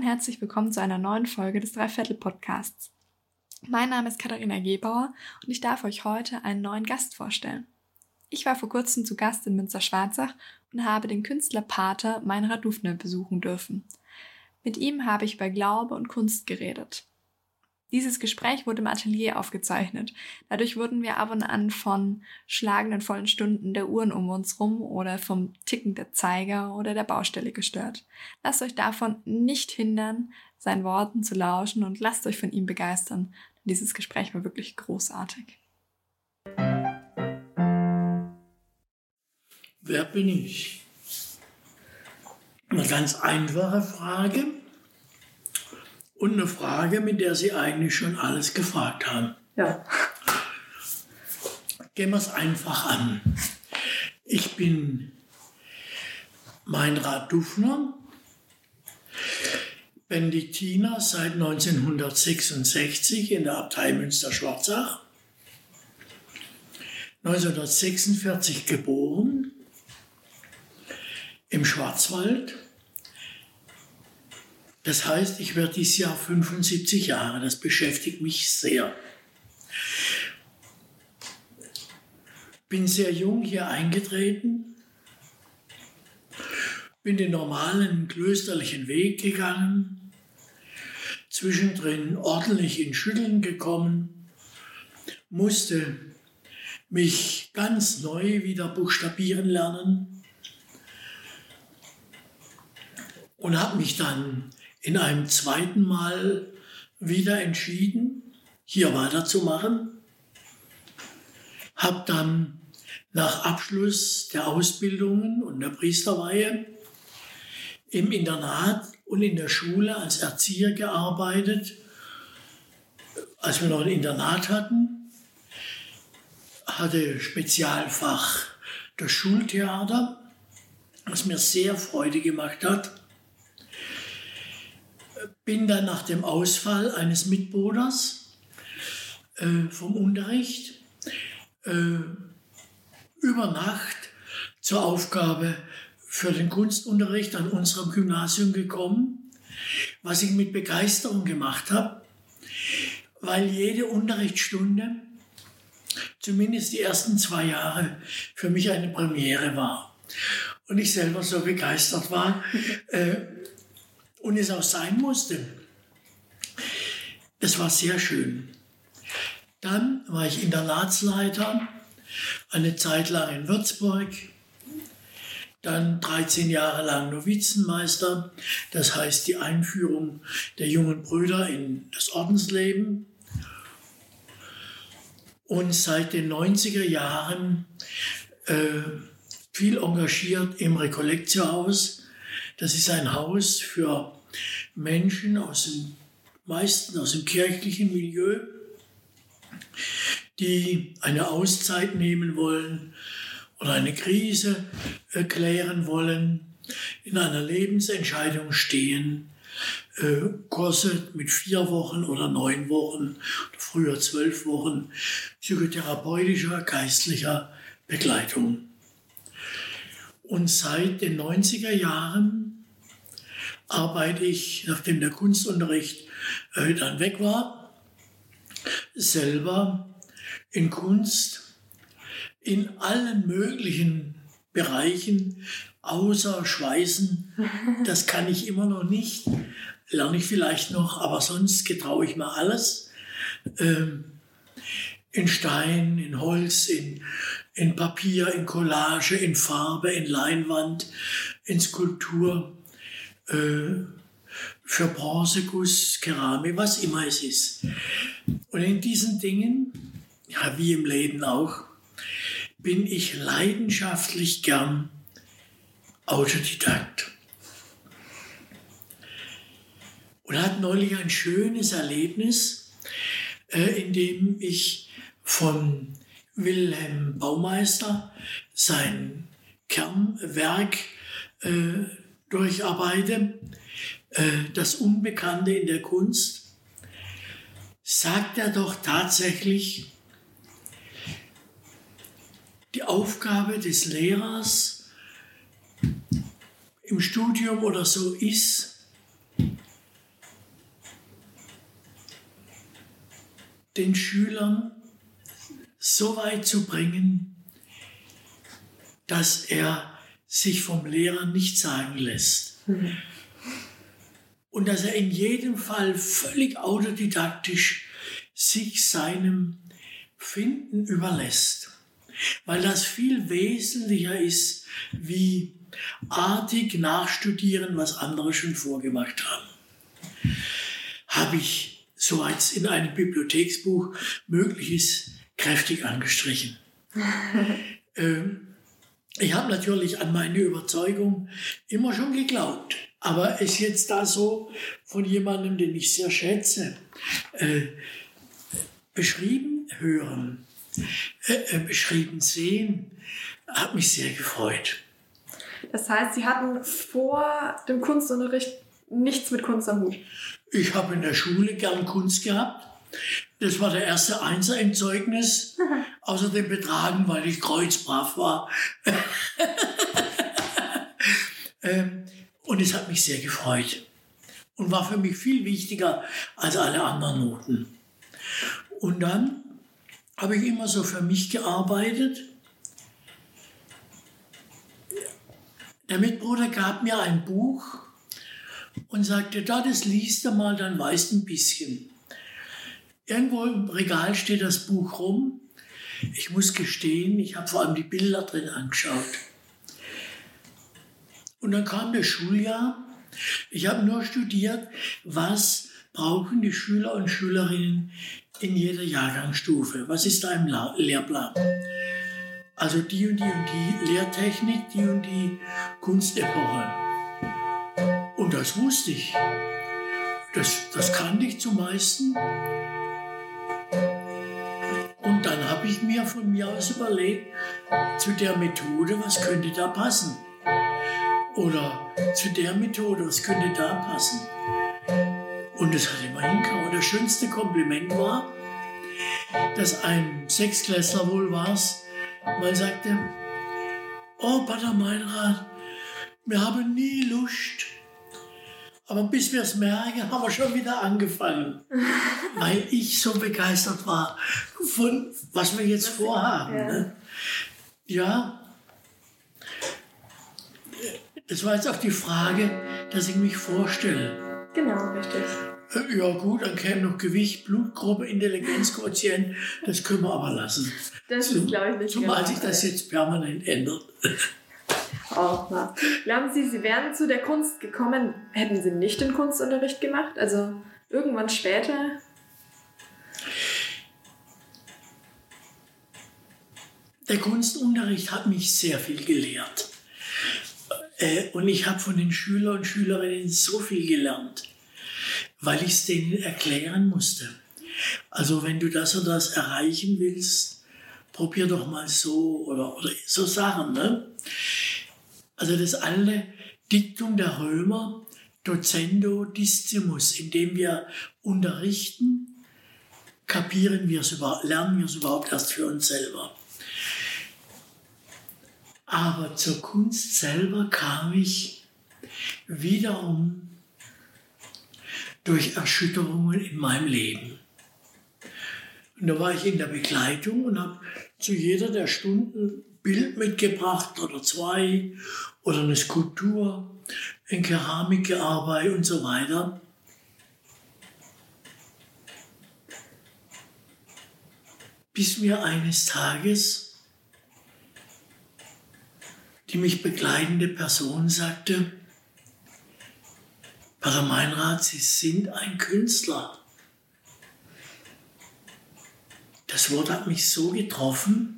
herzlich willkommen zu einer neuen Folge des Dreiviertel-Podcasts. Mein Name ist Katharina Gebauer und ich darf euch heute einen neuen Gast vorstellen. Ich war vor kurzem zu Gast in Münster-Schwarzach und habe den Künstler Pater Meinrad Dufner besuchen dürfen. Mit ihm habe ich über Glaube und Kunst geredet. Dieses Gespräch wurde im Atelier aufgezeichnet. Dadurch wurden wir ab und an von schlagenden vollen Stunden der Uhren um uns rum oder vom Ticken der Zeiger oder der Baustelle gestört. Lasst euch davon nicht hindern, seinen Worten zu lauschen und lasst euch von ihm begeistern. Dieses Gespräch war wirklich großartig. Wer bin ich? Eine ganz einfache Frage. Und eine Frage, mit der Sie eigentlich schon alles gefragt haben. Ja. Gehen wir es einfach an. Ich bin Meinrad Dufner, Benediktiner seit 1966 in der Abtei Münster-Schwarzach. 1946 geboren im Schwarzwald. Das heißt, ich werde dieses Jahr 75 Jahre. Das beschäftigt mich sehr. Bin sehr jung hier eingetreten, bin den normalen klösterlichen Weg gegangen, zwischendrin ordentlich in Schütteln gekommen, musste mich ganz neu wieder buchstabieren lernen und habe mich dann in einem zweiten Mal wieder entschieden, hier weiterzumachen. Habe dann nach Abschluss der Ausbildungen und der Priesterweihe im Internat und in der Schule als Erzieher gearbeitet. Als wir noch ein Internat hatten, hatte Spezialfach das Schultheater, was mir sehr Freude gemacht hat. Bin dann nach dem Ausfall eines Mitbruders vom Unterricht über Nacht zur Aufgabe für den Kunstunterricht an unserem Gymnasium gekommen, was ich mit Begeisterung gemacht habe, weil jede Unterrichtsstunde, zumindest die ersten 2 Jahre, für mich eine Premiere war. Und ich selber so begeistert war, und es auch sein musste. Das war sehr schön. Dann war ich Internatsleiter, eine Zeit lang in Würzburg, dann 13 Jahre lang Novizenmeister, das heißt die Einführung der jungen Brüder in das Ordensleben. Und seit den 90er Jahren viel engagiert im Rekollektiohaus. Das ist ein Haus für Menschen meistens aus dem kirchlichen Milieu, die eine Auszeit nehmen wollen oder eine Krise klären wollen, in einer Lebensentscheidung stehen, Kurse mit 4 Wochen oder 9 Wochen, früher 12 Wochen, psychotherapeutischer, geistlicher Begleitung. Und seit den 90er Jahren arbeite ich, nachdem der Kunstunterricht dann weg war, selber in Kunst in allen möglichen Bereichen, außer Schweißen. Das kann ich immer noch nicht, lerne ich vielleicht noch, aber sonst getraue ich mir alles. In Stein, in Holz, in Papier, in Collage, in Farbe, in Leinwand, in Skulptur, für Bronzeguss, Keramik, was immer es ist. Und in diesen Dingen, ja, wie im Leben auch, bin ich leidenschaftlich gern Autodidakt. Und hatte neulich ein schönes Erlebnis, in dem ich von Wilhelm Baumeister sein Kernwerk durcharbeite, das Unbekannte in der Kunst, sagt er doch tatsächlich, die Aufgabe des Lehrers im Studium oder so ist, den Schülern so weit zu bringen, dass er sich vom Lehrer nicht sagen lässt. Und dass er in jedem Fall völlig autodidaktisch sich seinem Finden überlässt. Weil das viel wesentlicher ist, wie artig nachstudieren, was andere schon vorgemacht haben. Habe ich, soweit es in einem Bibliotheksbuch möglich ist, kräftig angestrichen. Ich habe natürlich an meine Überzeugung immer schon geglaubt, aber es jetzt da so von jemandem, den ich sehr schätze, beschrieben hören, beschrieben sehen, hat mich sehr gefreut. Das heißt, Sie hatten vor dem Kunstunterricht nichts mit Kunst am Hut? Ich habe in der Schule gern Kunst gehabt. Das war der erste Einser im Zeugnis. Außerdem betragen, weil ich kreuzbrav war. Und es hat mich sehr gefreut. Und war für mich viel wichtiger als alle anderen Noten. Und dann habe ich immer so für mich gearbeitet. Der Mitbruder gab mir ein Buch und sagte, das liest du mal, dann weißt du ein bisschen. Irgendwo im Regal steht das Buch rum. Ich muss gestehen, ich habe vor allem die Bilder drin angeschaut. Und dann kam das Schuljahr. Ich habe nur studiert, was brauchen die Schüler und Schülerinnen in jeder Jahrgangsstufe. Was ist da im Lehrplan? Also die und die Lehrtechnik, die und die Kunstepoche. Und das wusste ich. Das kannte ich zum meisten. Und dann habe ich mir von mir aus überlegt, zu der Methode, was könnte da passen? Oder zu der Methode, was könnte da passen? Und das hat immer hingehauen. Das schönste Kompliment war, dass ein Sechsklässler wohl war's, mal sagte, oh, Pater Meinrad, wir haben nie Lust. Aber bis wir es merken, haben wir schon wieder angefangen. Weil ich so begeistert war von, was wir jetzt vorhaben. Ja. Ne? Ja, das war jetzt auch die Frage, dass ich mich vorstelle. Genau, richtig. Ja gut, dann käme noch Gewicht, Blutgruppe, Intelligenzquotient. Das können wir aber lassen. Das ist, glaube ich, nicht Zumal sich das jetzt permanent ändert. Auch wahr. Glauben Sie, Sie wären zu der Kunst gekommen, hätten Sie nicht den Kunstunterricht gemacht? Also irgendwann später? Der Kunstunterricht hat mich sehr viel gelehrt. Und ich habe von den Schülern und Schülerinnen so viel gelernt, weil ich es denen erklären musste. Also wenn du das oder das erreichen willst, probier doch mal so oder so Sachen. Ne? Also das alte Diktum der Römer, docendo discimus, indem wir unterrichten, lernen wir es überhaupt erst für uns selber. Aber zur Kunst selber kam ich wiederum durch Erschütterungen in meinem Leben. Und da war ich in der Begleitung und habe zu jeder der Stunden ein Bild mitgebracht oder zwei oder eine Skulptur, in Keramik gearbeitet und so weiter. Bis mir eines Tages die mich begleitende Person sagte, Pater Meinrad, Sie sind ein Künstler. Das Wort hat mich so getroffen.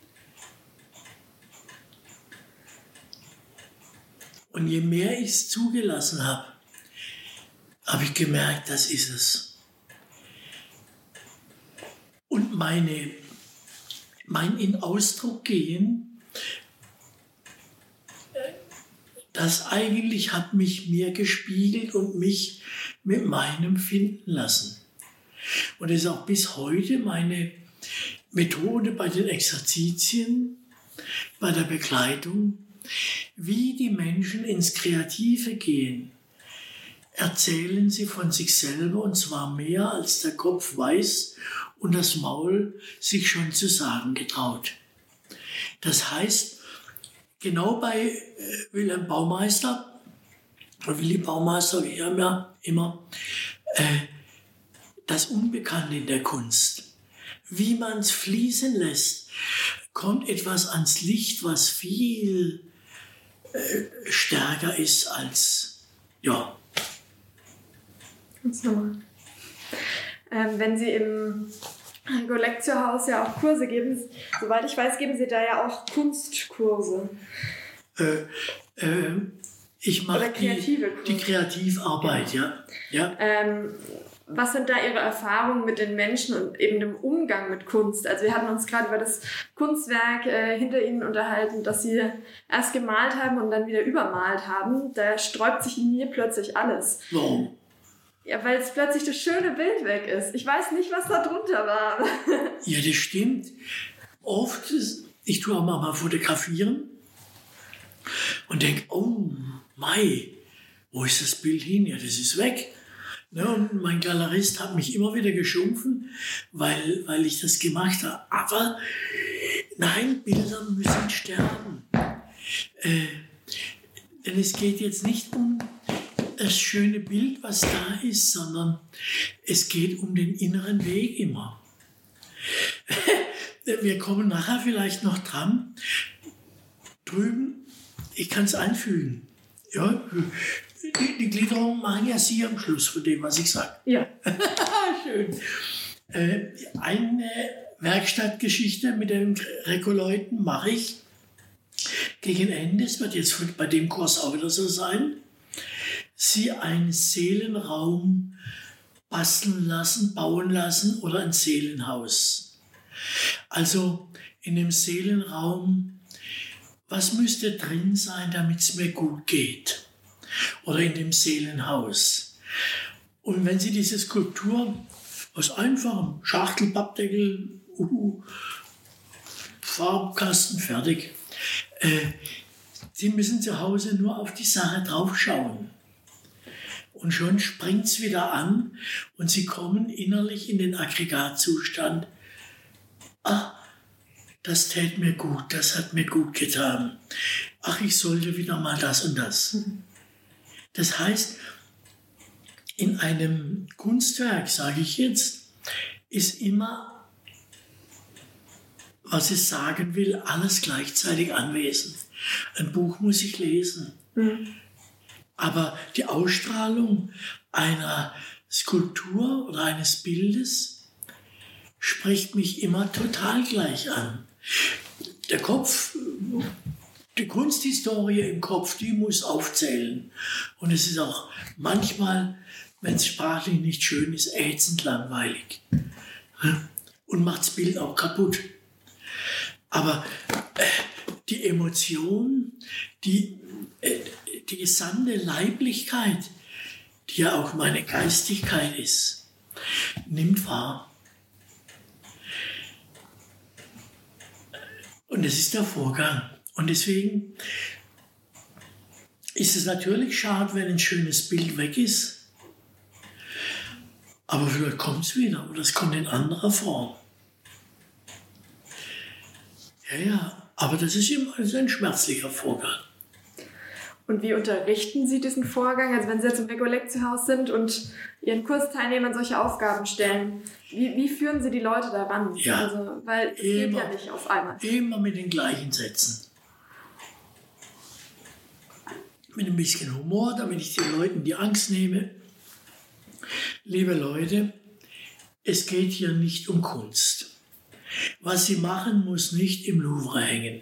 Und je mehr ich es zugelassen habe, habe ich gemerkt, das ist es. Und mein in Ausdruck gehen, das eigentlich hat mich mir gespiegelt und mich mit meinem finden lassen. Und das ist auch bis heute meine Methode bei den Exerzitien, bei der Begleitung, wie die Menschen ins Kreative gehen, erzählen sie von sich selber, und zwar mehr als der Kopf weiß und das Maul sich schon zu sagen getraut. Das heißt, genau bei Wilhelm Baumeister, oder Willy Baumeister, wie er immer, das Unbekannte in der Kunst. Wie man es fließen lässt, kommt etwas ans Licht, was viel stärker ist als, ja. Ganz normal. Wenn Sie im Golektio-Haus ja auch Kurse geben, soweit ich weiß, geben Sie da ja auch Kunstkurse. Ich mache die Kreativarbeit, ja. Was sind da Ihre Erfahrungen mit den Menschen und eben dem Umgang mit Kunst? Also wir hatten uns gerade über das Kunstwerk hinter Ihnen unterhalten, das Sie erst gemalt haben und dann wieder übermalt haben. Da sträubt sich in mir plötzlich alles. Warum? Ja, weil es plötzlich das schöne Bild weg ist. Ich weiß nicht, was da drunter war. Ja, das stimmt. Oft, ich tue auch mal fotografieren und denke, oh, Mai, wo ist das Bild hin? Ja, das ist weg. Ne, und mein Galerist hat mich immer wieder geschumpfen, weil ich das gemacht habe. Aber nein, Bilder müssen sterben. Denn es geht jetzt nicht um das schöne Bild, was da ist, sondern es geht um den inneren Weg immer. Wir kommen nachher vielleicht noch dran. Drüben, ich kann es einfügen. Ja, die Gliederungen machen ja Sie am Schluss von dem, was ich sage. Ja. Schön. Eine Werkstattgeschichte mit den Rekolleuten mache ich gegen Ende. Es wird jetzt bei dem Kurs auch wieder so sein. Sie einen Seelenraum basteln lassen, bauen lassen oder ein Seelenhaus. Also in dem Seelenraum, was müsste drin sein, damit es mir gut geht? Oder in dem Seelenhaus. Und wenn Sie diese Skulptur aus einfachem Schachtel, Pappdeckel, Farbkasten, fertig. Sie müssen zu Hause nur auf die Sache draufschauen. Und schon springt es wieder an und Sie kommen innerlich in den Aggregatzustand. Ah, das tät mir gut, das hat mir gut getan. Ach, ich sollte wieder mal das und das. Das heißt, in einem Kunstwerk, sage ich jetzt, ist immer, was es sagen will, alles gleichzeitig anwesend. Ein Buch muss ich lesen. Aber die Ausstrahlung einer Skulptur oder eines Bildes spricht mich immer total gleich an. Der Kopf, die Kunsthistorie im Kopf, die muss aufzählen. Und es ist auch manchmal, wenn es sprachlich nicht schön ist, ätzend langweilig. Und macht das Bild auch kaputt. Aber die Emotion, die gesamte Leiblichkeit, die ja auch meine Geistigkeit ist, nimmt wahr. Und das ist der Vorgang. Und deswegen ist es natürlich schade, wenn ein schönes Bild weg ist. Aber vielleicht kommt es wieder oder es kommt in anderer Form. Ja, aber das ist immer ein schmerzlicher Vorgang. Und wie unterrichten Sie diesen Vorgang? Also wenn Sie jetzt im Rekollektio-Haus sind und Ihren Kursteilnehmern solche Aufgaben stellen, wie führen Sie die Leute daran? Ja, also, weil es geht ja nicht auf einmal. Immer mit den gleichen Sätzen. Mit ein bisschen Humor, damit ich den Leuten die Angst nehme. Liebe Leute, es geht hier nicht um Kunst. Was Sie machen, muss nicht im Louvre hängen.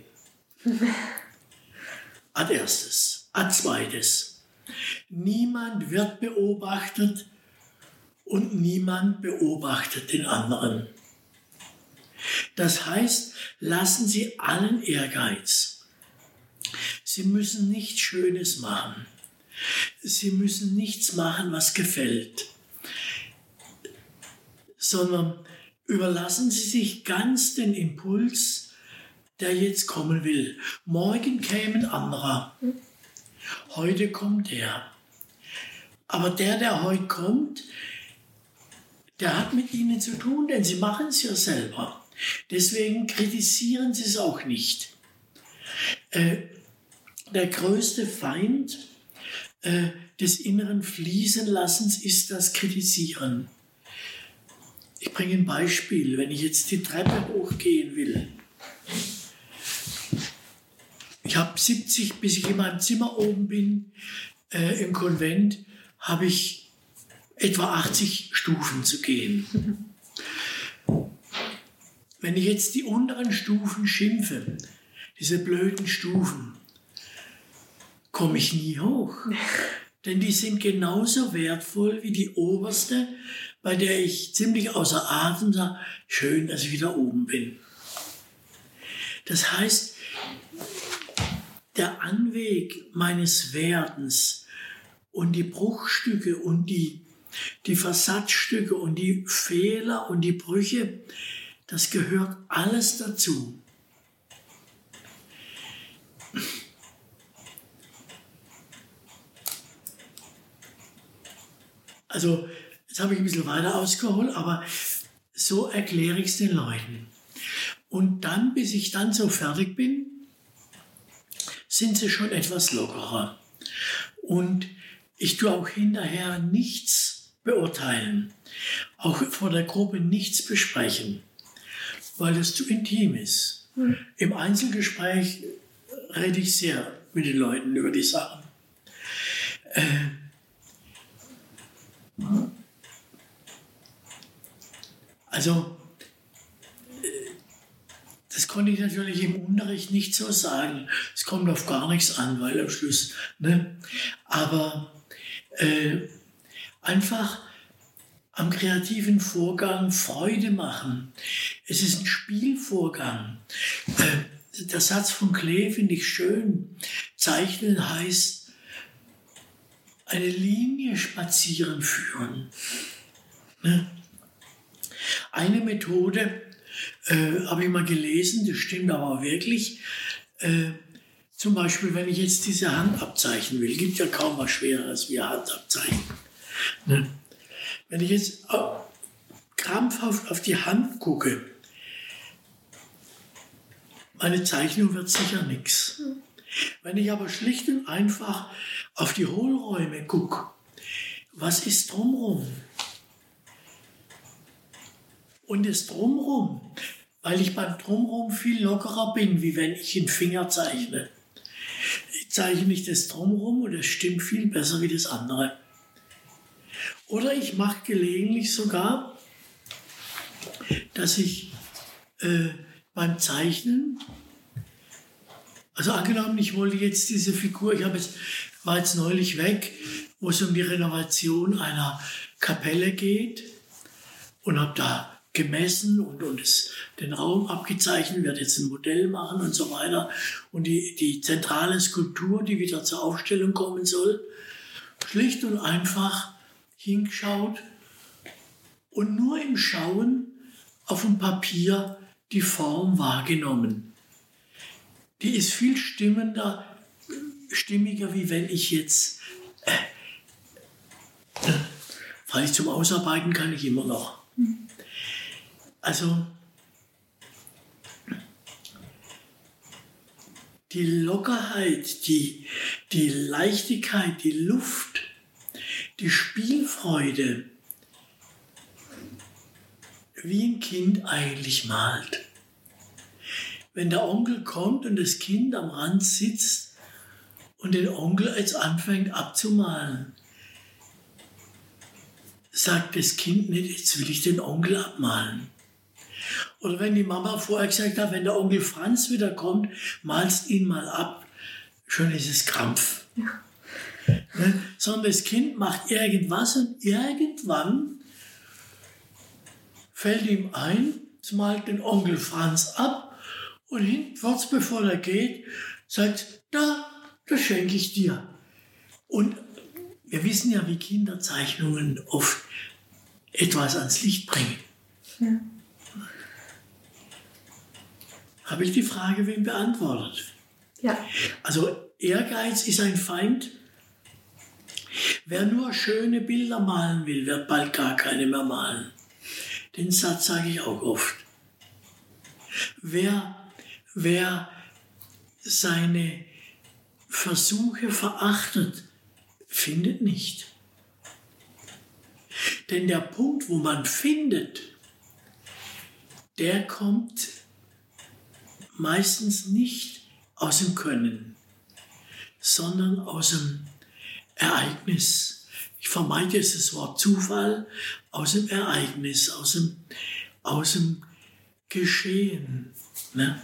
Ad erstes. Ad zweites. Niemand wird beobachtet und niemand beobachtet den anderen. Das heißt, lassen Sie allen Ehrgeiz. Sie müssen nichts Schönes machen. Sie müssen nichts machen, was gefällt. Sondern überlassen Sie sich ganz den Impuls, der jetzt kommen will. Morgen käme ein anderer. Heute kommt er. Aber der heute kommt, der hat mit ihnen zu tun, denn sie machen es ja selber. Deswegen kritisieren sie es auch nicht. Der größte Feind des inneren Fließenlassens ist das Kritisieren. Ich bringe ein Beispiel. Wenn ich jetzt die Treppe hochgehen will, ich habe 70, bis ich in meinem Zimmer oben bin, im Konvent, habe ich etwa 80 Stufen zu gehen. Wenn ich jetzt die unteren Stufen schimpfe, diese blöden Stufen, komme ich nie hoch. Denn die sind genauso wertvoll wie die oberste, bei der ich ziemlich außer Atem sage, schön, dass ich wieder oben bin. Das heißt, der Anweg meines Werdens und die Bruchstücke und die Versatzstücke und die Fehler und die Brüche, das gehört alles dazu. Also, jetzt habe ich ein bisschen weiter ausgeholt, aber so erkläre ich es den Leuten. Und dann, bis ich dann so fertig bin, sind sie schon etwas lockerer. Und ich tue auch hinterher nichts beurteilen, auch vor der Gruppe nichts besprechen, weil das zu intim ist. Im Einzelgespräch rede ich sehr mit den Leuten über die Sachen. Also, das konnte ich natürlich im Unterricht nicht so sagen. Es kommt auf gar nichts an, weil am Schluss, ne? Aber einfach am kreativen Vorgang Freude machen. Es ist ein Spielvorgang. Der Satz von Klee finde ich schön. Zeichnen heißt eine Linie spazieren führen. Ne? Eine Methode habe ich mal gelesen, das stimmt aber wirklich. Zum Beispiel, wenn ich jetzt diese Hand abzeichnen will, gibt ja kaum was Schwereres wie Hand abzeichnen. Ne? Wenn ich jetzt krampfhaft auf die Hand gucke, meine Zeichnung wird sicher nichts. Wenn ich aber schlicht und einfach auf die Hohlräume gucke, was ist drumherum? Und das Drumherum, weil ich beim Drumherum viel lockerer bin, wie wenn ich einen Finger zeichne. Ich zeichne nicht das Drumherum und das stimmt viel besser wie das andere. Oder ich mache gelegentlich sogar, dass ich beim Zeichnen, also angenommen, ich wollte jetzt diese Figur, war jetzt neulich weg, wo es um die Renovation einer Kapelle geht und habe da gemessen und den Raum abgezeichnet, werde jetzt ein Modell machen und so weiter. Und die zentrale Skulptur, die wieder zur Aufstellung kommen soll, schlicht und einfach hingeschaut und nur im Schauen auf dem Papier die Form wahrgenommen. Die ist viel stimmiger, wie wenn ich jetzt, freilich zum Ausarbeiten kann ich immer noch. Also die Lockerheit, die Leichtigkeit, die Luft, die Spielfreude, wie ein Kind eigentlich malt. Wenn der Onkel kommt und das Kind am Rand sitzt und den Onkel jetzt anfängt abzumalen, sagt das Kind nicht, jetzt will ich den Onkel abmalen. Oder wenn die Mama vorher gesagt hat, wenn der Onkel Franz wieder kommt, malst ihn mal ab, schon ist es Krampf. Ja. Ne? Sondern das Kind macht irgendwas und irgendwann fällt ihm ein, es malt den Onkel Franz ab und kurz bevor er geht, sagt, das schenke ich dir. Und wir wissen ja, wie Kinderzeichnungen oft etwas ans Licht bringen. Ja. Habe ich die Frage wem beantwortet? Ja. Also Ehrgeiz ist ein Feind, Wer nur schöne Bilder malen will, wird bald gar keine mehr malen. Den Satz sage ich auch oft. Wer seine Versuche verachtet, findet nicht. Denn der Punkt, wo man findet, der kommt meistens nicht aus dem Können, sondern aus dem Ereignis. Ich vermeide jetzt das Wort Zufall, aus dem Ereignis, aus dem Geschehen. Ne?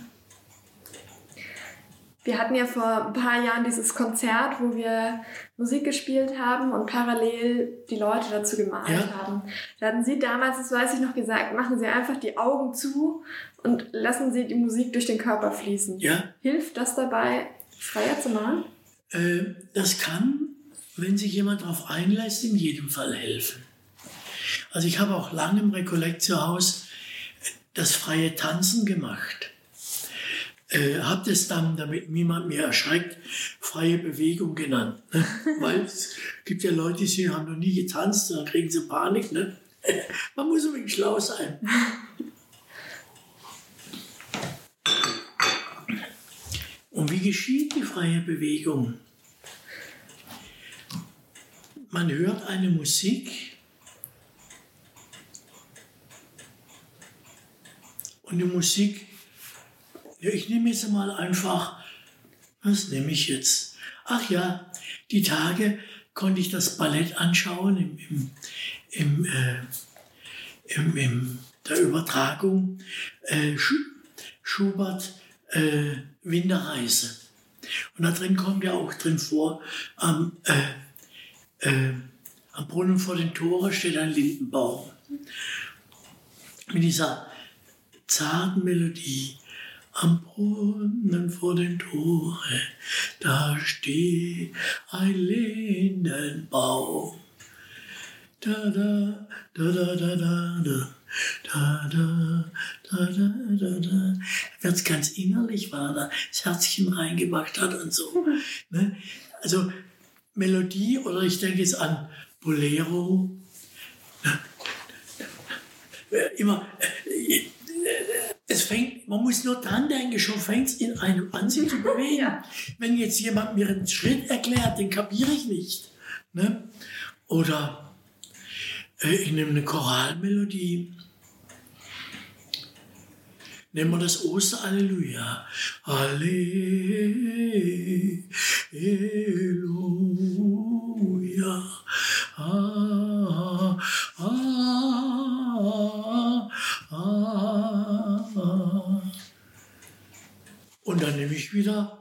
Wir hatten ja vor ein paar Jahren dieses Konzert, wo wir Musik gespielt haben und parallel die Leute dazu gemalt haben. Da hatten Sie damals, das weiß ich noch, gesagt, machen Sie einfach die Augen zu und lassen Sie die Musik durch den Körper fließen. Ja. Hilft das dabei, freier zu malen? Das kann, wenn sich jemand darauf einlässt, in jedem Fall helfen. Also ich habe auch lange im Rekollekt zu Hause das freie Tanzen gemacht. Habe das dann, damit niemand mehr erschreckt, freie Bewegung genannt. Ne? Weil es gibt ja Leute, die haben noch nie getanzt, dann kriegen sie Panik. Ne? Man muss ein bisschen schlau sein. Und wie geschieht die freie Bewegung? Man hört eine Musik und die Musik, ja, ich nehme jetzt mal einfach, was nehme ich jetzt? Ach ja, die Tage konnte ich das Ballett anschauen in der Übertragung Schubert Winterreise. Und da drin kommt ja auch drin vor, am Brunnen vor den Toren steht ein Lindenbaum. Mit dieser zarten Melodie. Am Brunnen vor den Toren, da steht ein Lindenbaum. Da da da da da da da da da da da da. Wird es ganz innerlich, weil er da das Herzchen reingemacht hat und so. Ne? Also Melodie, oder ich denke jetzt an Bolero. Immer. Man muss nur dran denken, schon fängt es in einem an, sich zu bewegen. Ja. Wenn jetzt jemand mir einen Schritt erklärt, den kapiere ich nicht. Ne? Oder ich nehme eine Choralmelodie. Nehmen wir das Osteralleluja. Halleluja. Ah, ah, ah. Und dann nehme ich wieder,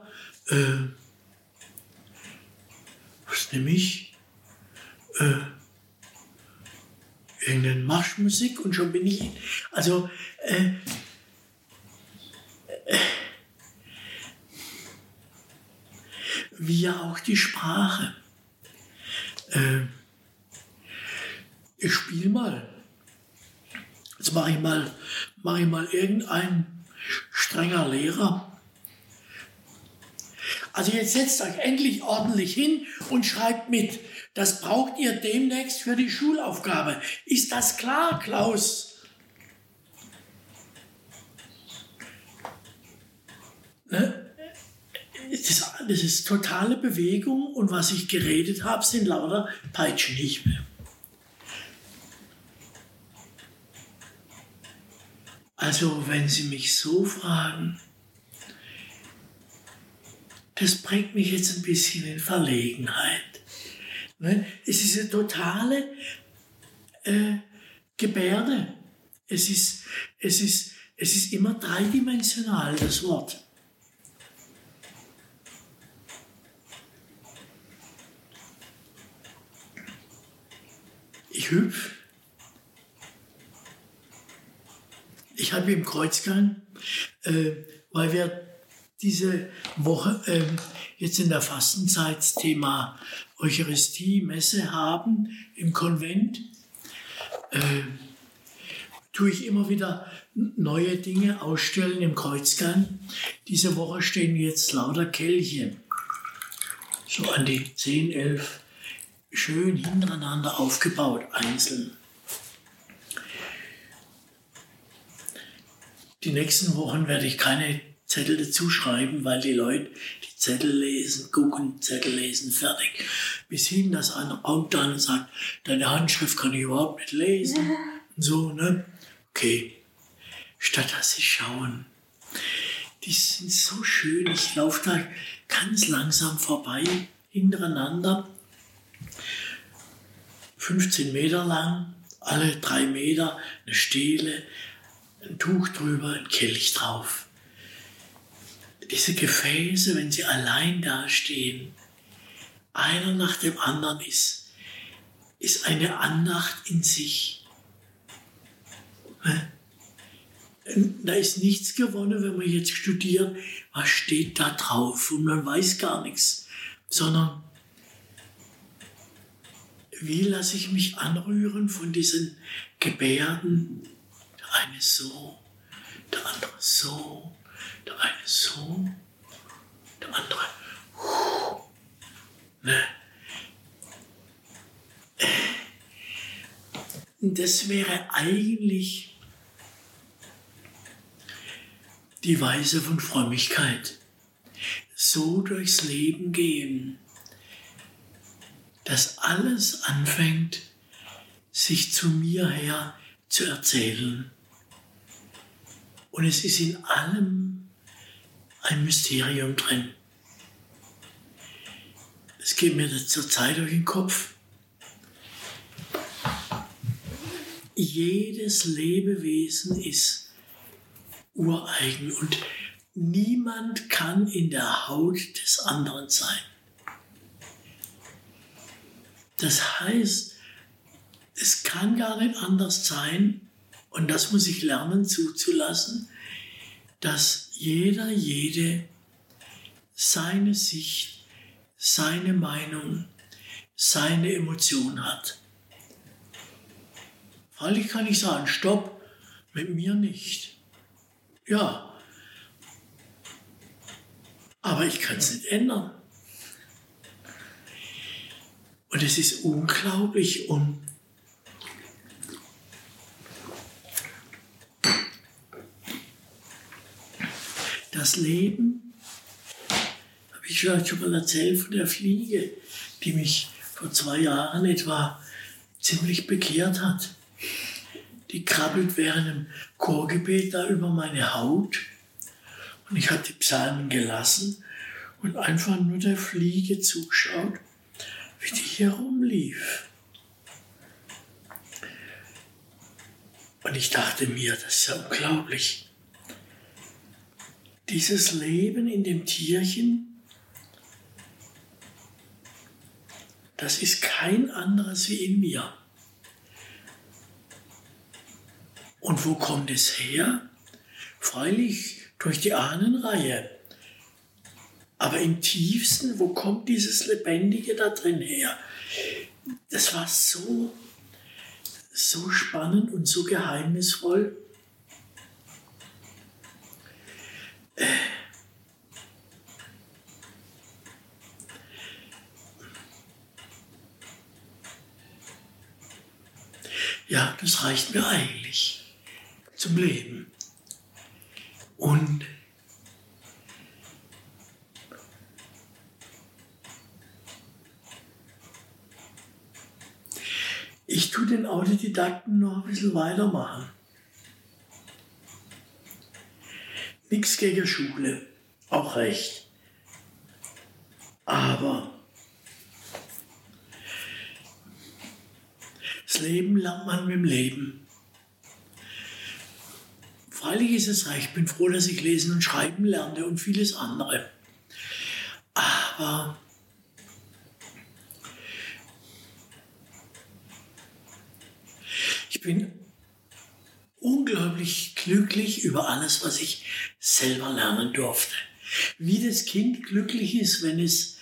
was nehme ich? Irgendeine Marschmusik und schon bin ich, also wie ja auch die Sprache. Ich spiele mal. Jetzt mache ich mal irgendein strenger Lehrer. Also jetzt setzt euch endlich ordentlich hin und schreibt mit. Das braucht ihr demnächst für die Schulaufgabe. Ist das klar, Klaus? Ne? Das ist totale Bewegung und was ich geredet habe, sind lauter Peitschenhiebe. Also wenn Sie mich so fragen, das bringt mich jetzt ein bisschen in Verlegenheit. Ne? Es ist eine totale Gebärde. Es ist immer dreidimensional, das Wort. Ich hüpfe. Ich habe im Kreuzgang, weil wir diese Woche jetzt in der Fastenzeit das Thema Eucharistie, Messe haben im Konvent, tue ich immer wieder neue Dinge ausstellen im Kreuzgang. Diese Woche stehen jetzt lauter Kelche, so an die 10, 11 schön hintereinander aufgebaut, einzeln. Die nächsten Wochen werde ich keine Zettel dazu schreiben, weil die Leute die Zettel lesen, gucken, Zettel lesen, fertig. Bis hin, dass einer kommt dann und sagt, deine Handschrift kann ich überhaupt nicht lesen. Und so, ne? Okay. Statt dass sie schauen. Die sind so schön. Ich laufe da ganz langsam vorbei, hintereinander. 15 Meter lang, alle 3 Meter, eine Stele, ein Tuch drüber, ein Kelch drauf. Diese Gefäße, wenn sie allein dastehen, einer nach dem anderen ist eine Andacht in sich. Da ist nichts gewonnen, wenn man jetzt studiert, was steht da drauf und man weiß gar nichts, sondern wie lasse ich mich anrühren von diesen Gebärden, der eine so, der andere so, der eine so, der andere ne? Das wäre eigentlich die Weise von Frömmigkeit. So durchs Leben gehen, dass alles anfängt, sich zu mir her zu erzählen. Und es ist in allem ein Mysterium drin. Es geht mir zurzeit durch den Kopf. Jedes Lebewesen ist ureigen und niemand kann in der Haut des anderen sein. Das heißt, es kann gar nicht anders sein, und das muss ich lernen zuzulassen, dass jede seine Sicht, seine Meinung, seine Emotion hat. Freilich kann ich sagen, stopp, mit mir nicht. Ja, aber ich kann es nicht ändern. Und es ist unglaublich und das Leben, habe ich schon mal erzählt von der Fliege, die mich vor 2 Jahren etwa ziemlich bekehrt hat. Die krabbelt während einem Chorgebet da über meine Haut und ich habe die Psalmen gelassen und einfach nur der Fliege zugeschaut, wie die hier rumlief. Und ich dachte mir, das ist ja unglaublich. Dieses Leben in dem Tierchen, das ist kein anderes wie in mir. Und wo kommt es her? Freilich durch die Ahnenreihe. Aber im tiefsten, wo kommt dieses Lebendige da drin her? Das war so spannend und so geheimnisvoll. Ja, das reicht mir eigentlich zum Leben. Und ich tue den Autodidakten noch ein bisschen weitermachen. Nichts gegen Schule, auch recht. Aber das Leben lernt man mit dem Leben. Freilich ist es recht, ich bin froh, dass ich lesen und schreiben lernte und vieles andere. Aber ich bin unglaublich glücklich über alles, was ich selber lernen durfte. Wie das Kind glücklich ist, wenn es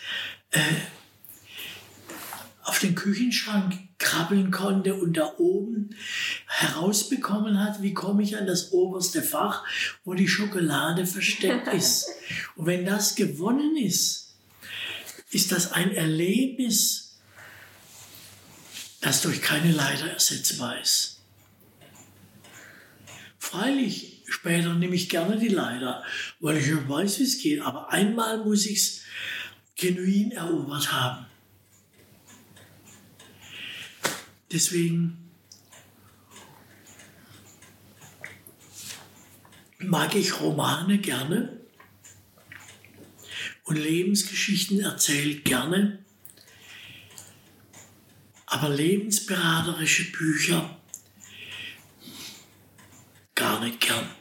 auf den Küchenschrank krabbeln konnte und da oben herausbekommen hat, wie komme ich an das oberste Fach, wo die Schokolade versteckt ist. Und wenn das gewonnen ist, ist das ein Erlebnis, das durch keine Leiter ersetzbar ist. Freilich, später nehme ich gerne die Leiter, weil ich schon weiß, wie es geht, aber einmal muss ich es genuin erobert haben. Deswegen mag ich Romane gerne und Lebensgeschichten erzählt gerne, aber lebensberaterische Bücher gar nicht gern.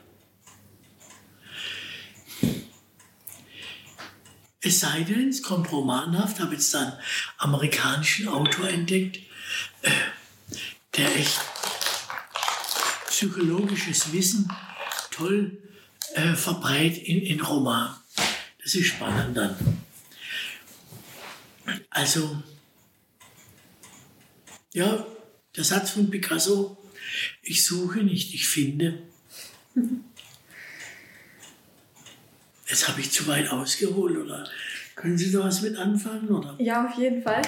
Es sei denn, es kommt romanhaft, habe jetzt einen amerikanischen Autor entdeckt, der echt psychologisches Wissen toll verbreitet in Roman. Das ist spannend dann. Also, ja, der Satz von Picasso, ich suche nicht, ich finde. Jetzt habe ich zu weit ausgeholt, oder? Können Sie da was mit anfangen, oder? Ja, auf jeden Fall.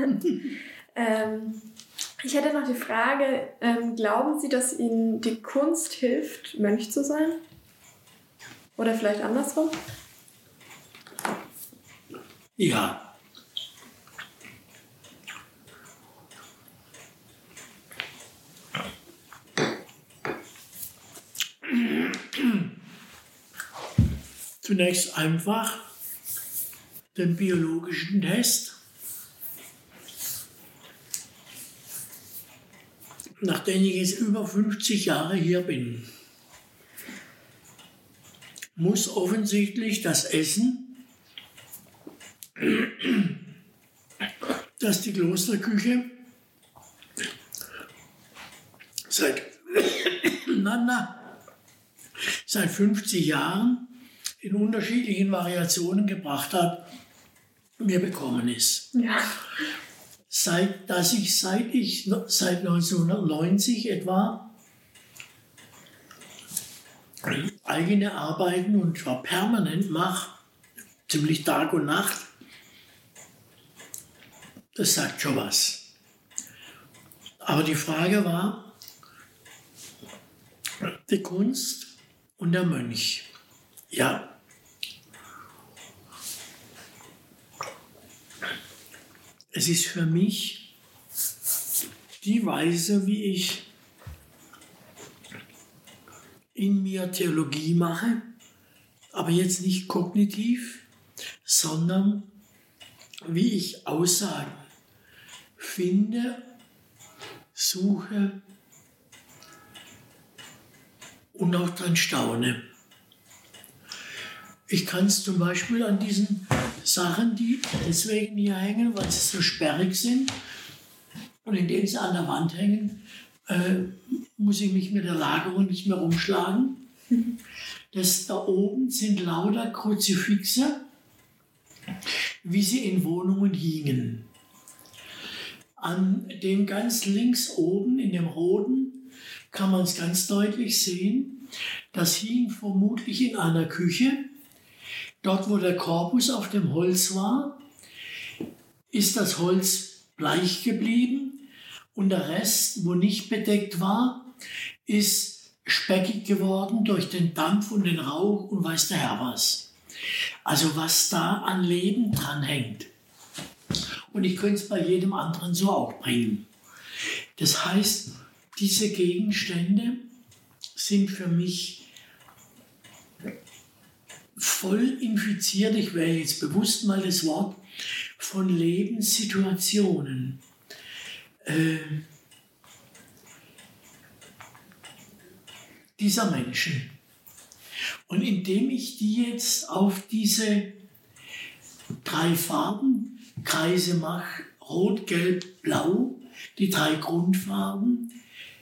Ich hätte noch die Frage, glauben Sie, dass Ihnen die Kunst hilft, Mönch zu sein? Oder vielleicht andersrum? Ja. Zunächst einfach den biologischen Test. Nachdem ich jetzt über 50 Jahre hier bin, muss offensichtlich das Essen, das die Klosterküche seit 50 Jahren in unterschiedlichen Variationen gebracht hat, mir bekommen ist. Ja. Seit 1990 etwa eigene Arbeiten und zwar permanent mache, ziemlich Tag und Nacht, das sagt schon was. Aber die Frage war, die Kunst und der Mönch. Ja. Es ist für mich die Weise, wie ich in mir Theologie mache, aber jetzt nicht kognitiv, sondern wie ich Aussagen finde, suche und auch dann staune. Ich kann es zum Beispiel an diesen Sachen, die deswegen hier hängen, weil sie so sperrig sind und indem sie an der Wand hängen, muss ich mich mit der Lagerung nicht mehr rumschlagen. Das da oben sind lauter Kruzifixe, wie sie in Wohnungen hingen. An dem ganz links oben, in dem roten, kann man es ganz deutlich sehen. Das hing vermutlich in einer Küche. Dort, wo der Korpus auf dem Holz war, ist das Holz bleich geblieben und der Rest, wo nicht bedeckt war, ist speckig geworden durch den Dampf und den Rauch und weiß der Herr was. Also was da an Leben dran hängt. Und ich könnte es bei jedem anderen so auch bringen. Das heißt, diese Gegenstände sind für mich voll infiziert, ich wähle jetzt bewusst mal das Wort, von Lebenssituationen. Dieser Menschen. Und indem ich die jetzt auf diese 3 Farbenkreise mache, Rot, Gelb, Blau, die 3 Grundfarben,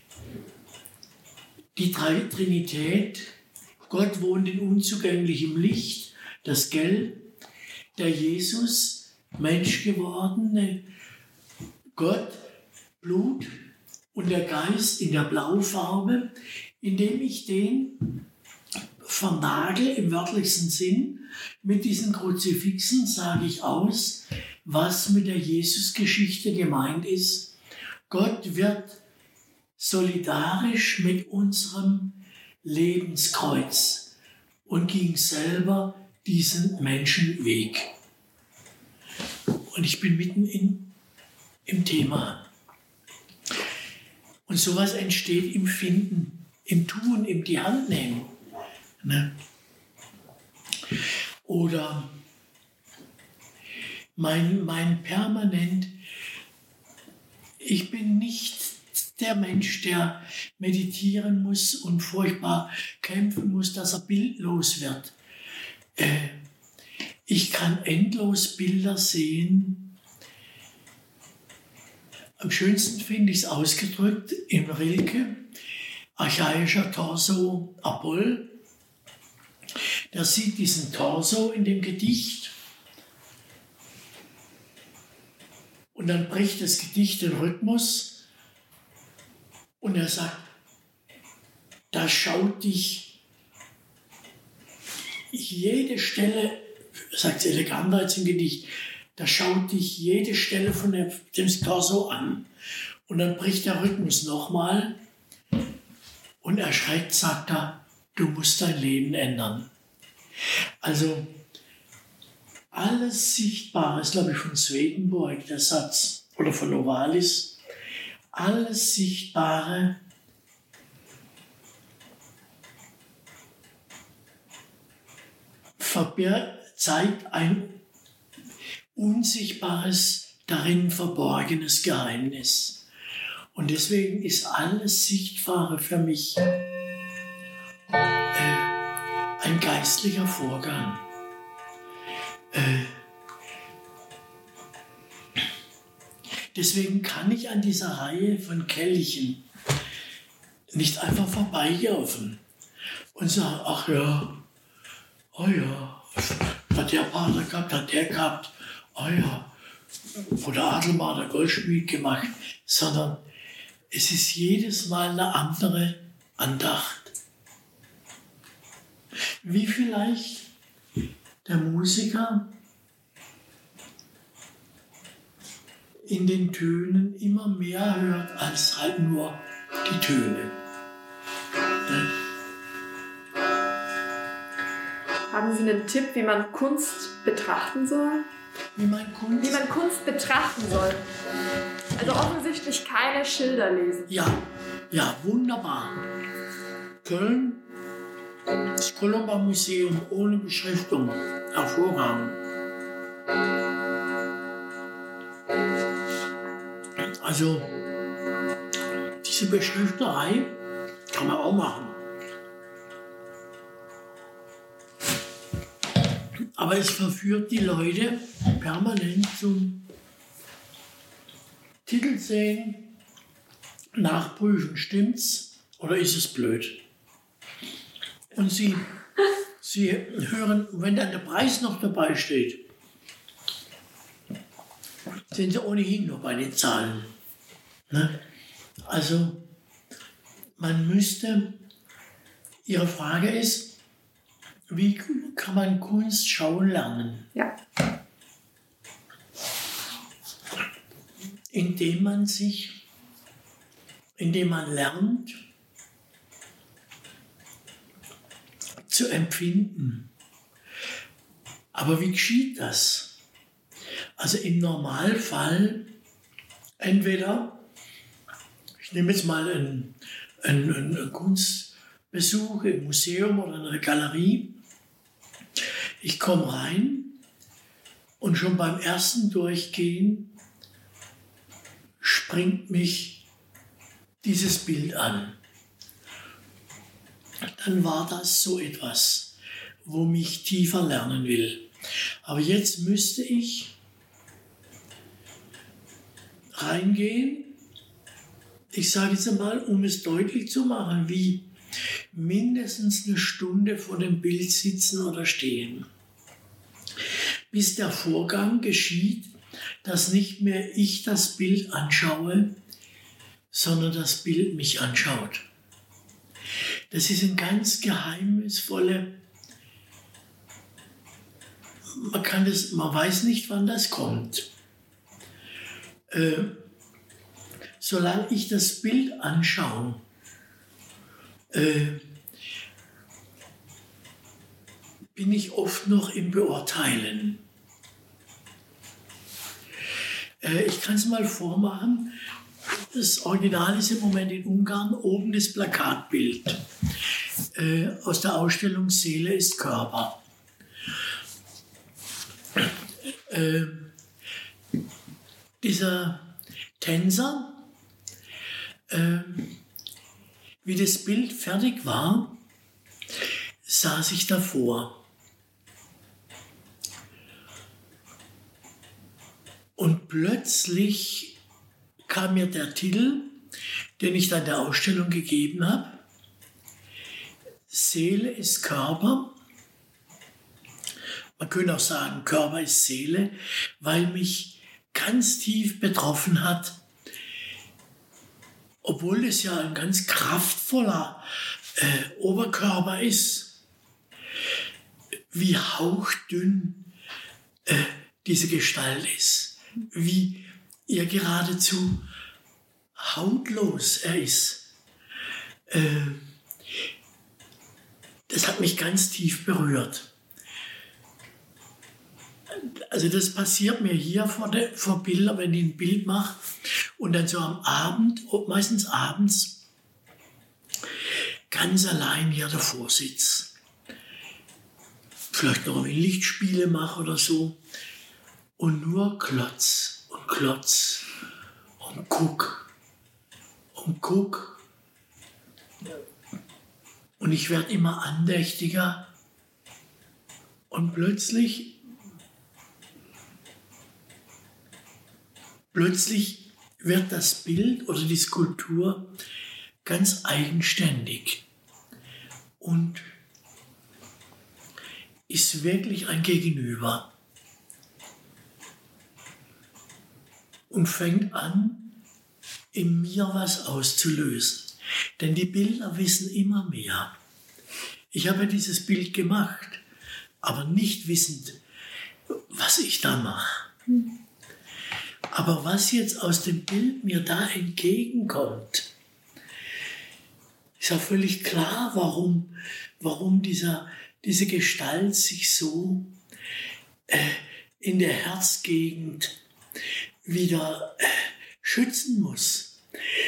die 3 Trinität, Gott wohnt in unzugänglichem Licht, das Gelb, der Jesus, Mensch gewordene, Gott, Blut und der Geist in der Blaufarbe, indem ich den vernagel im wörtlichsten Sinn mit diesen Kruzifixen, sage ich aus, was mit der Jesusgeschichte gemeint ist Gott wird solidarisch mit unserem Lebenskreuz und ging selber diesen Menschenweg. Und ich bin mitten im Thema. Und sowas entsteht im Finden, im Tun, im die Hand nehmen. Ne? Oder mein permanent, ich bin nicht der Mensch, der meditieren muss und furchtbar kämpfen muss, dass er bildlos wird. Ich kann endlos Bilder sehen. Am schönsten finde ich es ausgedrückt im Rilke, archaischer Torso Apoll. Der sieht diesen Torso in dem Gedicht und dann bricht das Gedicht den Rhythmus und er sagt, da schaut dich jede Stelle, sagt es eleganter als im Gedicht, da schaut dich jede Stelle von dem Torso an. Und dann bricht der Rhythmus nochmal und erschreckt, sagt er, du musst dein Leben ändern. Also alles Sichtbare, ist glaube ich von Swedenborg der Satz, oder von Novalis, alles Sichtbare zeigt ein unsichtbares, darin verborgenes Geheimnis. Und deswegen ist alles Sichtbare für mich ein geistlicher Vorgang. Deswegen kann ich an dieser Reihe von Kelchen nicht einfach vorbeilaufen und sagen, ach ja, oh ja, hat der Pater gehabt, hat der gehabt, oh ja, oder Adelmar der Goldschmied gemacht, sondern es ist jedes Mal eine andere Andacht. Wie vielleicht der Musiker in den Tönen immer mehr hört als halt nur die Töne. Haben Sie einen Tipp, wie man Kunst betrachten soll? Wie man Kunst betrachten soll. Also offensichtlich keine Schilder lesen. Ja, wunderbar. Köln, das Colomba Museum ohne Beschriftung, hervorragend. Also diese Beschrifterei kann man auch machen. Aber es verführt die Leute permanent zum Titel sehen, nachprüfen, stimmt's oder ist es blöd? Und sie hören, wenn dann der Preis noch dabei steht, sind sie ohnehin nur bei den Zahlen. Ne? Also man müsste, Ihre Frage ist, wie kann man Kunst schauen lernen? Ja. Indem man lernt zu empfinden. Aber wie geschieht das? Also im Normalfall entweder, ich nehme jetzt mal einen Kunstbesuch im Museum oder in einer Galerie, ich komme rein und schon beim ersten Durchgehen springt mich dieses Bild an. Dann war das so etwas, wo mich tiefer lernen will. Aber jetzt müsste ich reingehen, ich sage jetzt einmal, um es deutlich zu machen, wie mindestens eine Stunde vor dem Bild sitzen oder stehen, bis der Vorgang geschieht, dass nicht mehr ich das Bild anschaue, sondern das Bild mich anschaut. Das ist ein ganz geheimnisvolle, man weiß nicht, wann das kommt. solange ich das Bild anschaue, bin ich oft noch im Beurteilen. Ich kann es mal vormachen. Das Original ist im Moment in Ungarn oben das Plakatbild aus der Ausstellung Seele ist Körper. Dieser Tänzer, wie das Bild fertig war, saß ich davor. Und plötzlich kam mir der Titel, den ich dann der Ausstellung gegeben habe, Seele ist Körper. Man könnte auch sagen, Körper ist Seele, weil mich ganz tief betroffen hat, obwohl es ja ein ganz kraftvoller Oberkörper ist, wie hauchdünn diese Gestalt ist, wie er geradezu hautlos er ist. Das hat mich ganz tief berührt. Also das passiert mir hier vor Bildern, wenn ich ein Bild mache und dann so am Abend, meistens abends, ganz allein hier davor sitze. Vielleicht noch ein Lichtspiele mache oder so und nur klotz und klotz und guck und guck. Und ich werde immer andächtiger und plötzlich wird das Bild oder die Skulptur ganz eigenständig und ist wirklich ein Gegenüber und fängt an, in mir was auszulösen. Denn die Bilder wissen immer mehr. Ich habe dieses Bild gemacht, aber nicht wissend, was ich da mache. Aber was jetzt aus dem Bild mir da entgegenkommt, ist ja völlig klar, warum diese Gestalt sich so in der Herzgegend wieder schützen muss.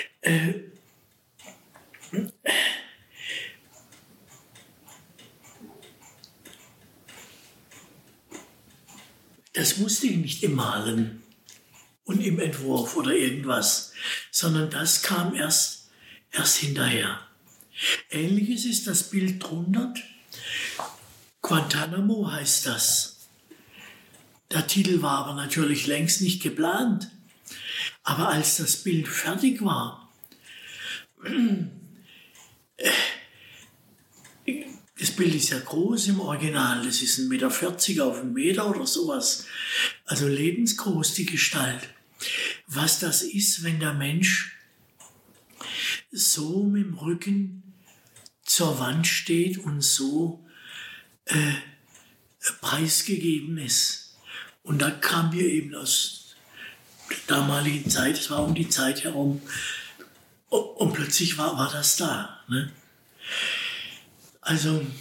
Das wusste ich nicht im Malen und im Entwurf oder irgendwas, sondern das kam erst hinterher. Ähnliches ist das Bild drunter. Guantanamo heißt das. Der Titel war aber natürlich längst nicht geplant. Aber als das Bild fertig war, das Bild ist ja groß im Original, das ist 1,40 Meter auf 1 Meter oder sowas. Also lebensgroß die Gestalt. Was das ist, wenn der Mensch so mit dem Rücken zur Wand steht und so preisgegeben ist. Und da kamen wir eben aus der damaligen Zeit, es war um die Zeit herum, und plötzlich war das da. Ne? Also,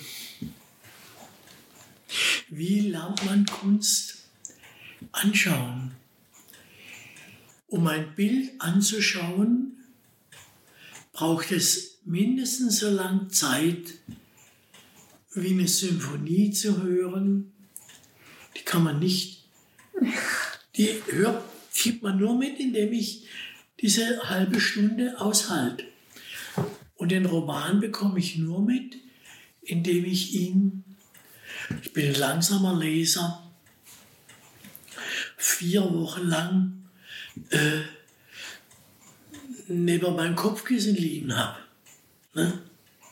wie lernt man Kunst anschauen? Um ein Bild anzuschauen, braucht es mindestens so lange Zeit, wie eine Symphonie zu hören. Die kann man nicht, die gibt man nur mit, indem ich diese halbe Stunde aushalte. Und den Roman bekomme ich nur mit, indem ich bin ein langsamer Leser, 4 Wochen lang neben meinem Kopfkissen liegen habe. Ne?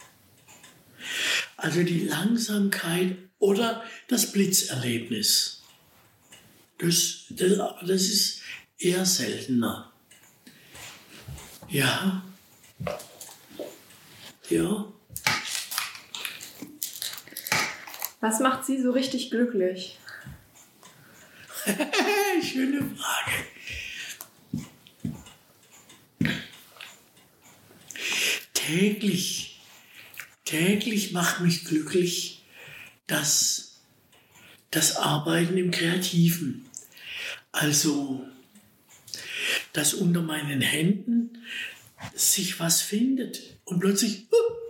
Also die Langsamkeit oder das Blitzerlebnis. Das ist eher seltener. Ja. Ja. Was macht Sie so richtig glücklich? Schöne Frage. täglich macht mich glücklich, das Arbeiten im Kreativen. Also, dass unter meinen Händen sich was findet und plötzlich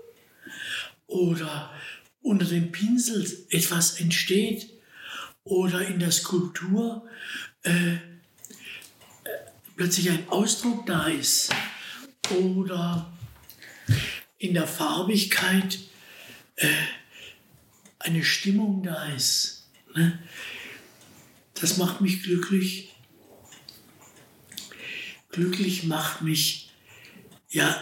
oder unter dem Pinsel etwas entsteht oder in der Skulptur plötzlich ein Ausdruck da ist oder in der Farbigkeit eine Stimmung da ist. Ne? Das macht mich glücklich. Glücklich macht mich, ja,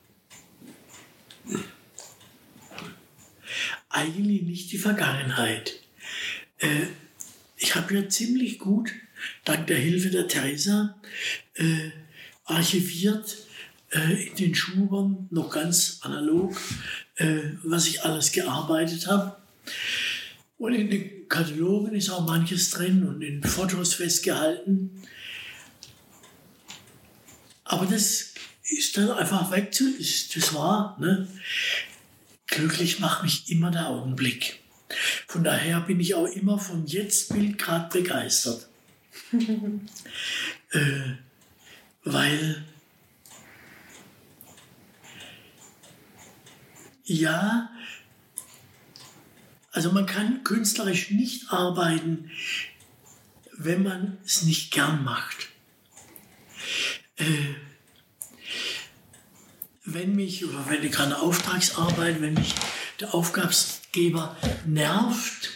eigentlich nicht die Vergangenheit. Ich habe ja ziemlich gut, dank der Hilfe der Theresa, archiviert in den Schubern, noch ganz analog, was ich alles gearbeitet habe. Und in den Katalogen ist auch manches drin und in Fotos festgehalten. Aber das ist dann einfach weg, das war. Ne? Glücklich macht mich immer der Augenblick. Von daher bin ich auch immer vom Jetzt-Bild gerade begeistert. Weil, ja, also man kann künstlerisch nicht arbeiten, wenn man es nicht gern macht. Wenn mich keine Auftragsarbeit, wenn mich der Auftraggeber nervt,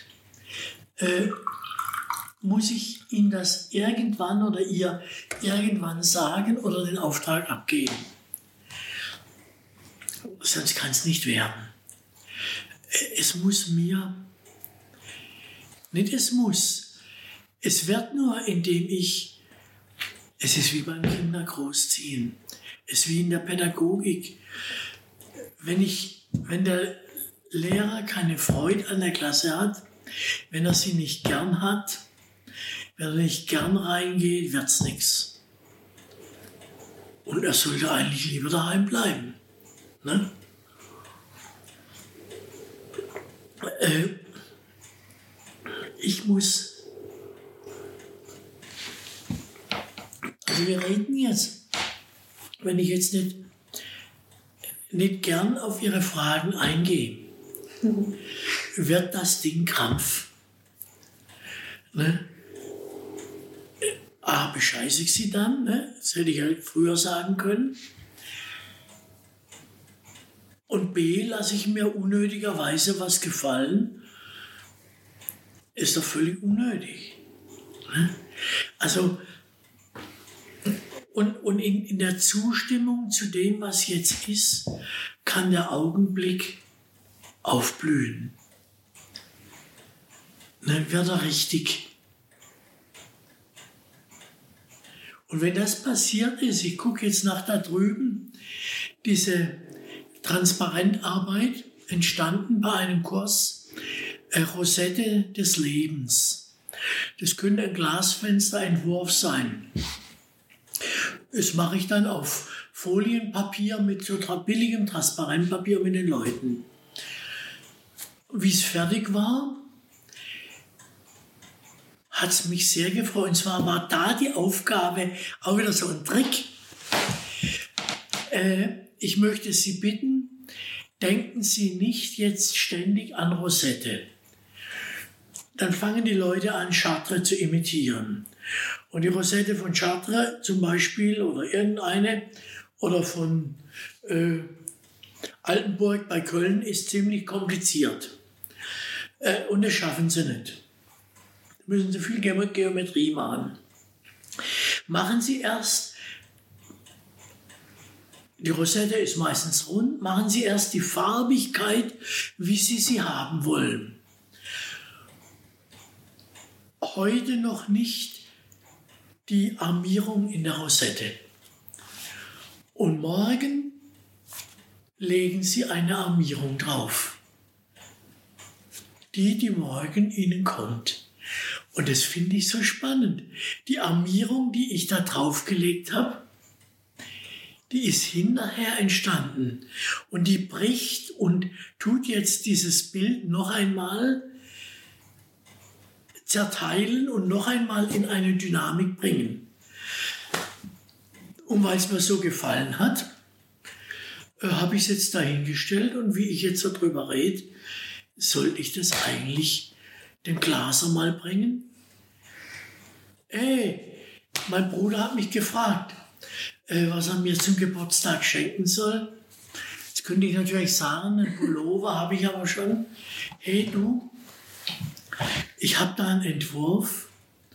muss ich ihm das irgendwann oder ihr irgendwann sagen oder den Auftrag abgeben. Sonst kann es nicht werden. Es wird nur, indem es ist wie beim Kindergroßziehen, es ist wie in der Pädagogik. Wenn der Lehrer keine Freude an der Klasse hat, wenn er sie nicht gern hat, wenn er nicht gern reingeht, wird es nichts. Und er sollte eigentlich lieber daheim bleiben. Ne? Also wir reden jetzt, wenn ich jetzt nicht gern auf Ihre Fragen eingehe, wird das Ding Krampf. Ne? A, bescheiße ich Sie dann, ne? Das hätte ich ja früher sagen können. Und B, lasse ich mir unnötigerweise was gefallen, ist doch völlig unnötig. Ne? Also, und in der Zustimmung zu dem, was jetzt ist, kann der Augenblick aufblühen. Ne, wird er richtig. Und wenn das passiert ist, ich gucke jetzt nach da drüben, diese Transparentarbeit entstanden bei einem Kurs Rosette des Lebens. Das könnte ein Glasfensterentwurf sein. Das mache ich dann auf Folienpapier mit so billigem Transparentpapier mit den Leuten. Wie es fertig war, hat es mich sehr gefreut. Und zwar war da die Aufgabe, auch wieder so ein Trick. Ich möchte Sie bitten, denken Sie nicht jetzt ständig an Rosette. Dann fangen die Leute an, Chartres zu imitieren. Und die Rosette von Chartres zum Beispiel oder irgendeine oder von Altenburg bei Köln ist ziemlich kompliziert. Und das schaffen sie nicht. Da müssen sie viel Geometrie machen. Machen Sie erst, die Rosette ist meistens rund, machen Sie erst die Farbigkeit, wie Sie sie haben wollen. Heute noch nicht die Armierung in der Rosette. Und morgen legen Sie eine Armierung drauf, die morgen Ihnen kommt. Und das finde ich so spannend. Die Armierung, die ich da draufgelegt habe, die ist hinterher entstanden und die bricht und tut jetzt dieses Bild noch einmal zerteilen und noch einmal in eine Dynamik bringen. Und weil es mir so gefallen hat, habe ich es jetzt dahingestellt und wie ich jetzt darüber rede, sollte ich das eigentlich dem Glaser mal bringen? Mein Bruder hat mich gefragt, was er mir zum Geburtstag schenken soll. Jetzt könnte ich natürlich sagen, einen Pullover habe ich aber schon. Hey du, ich habe da einen Entwurf,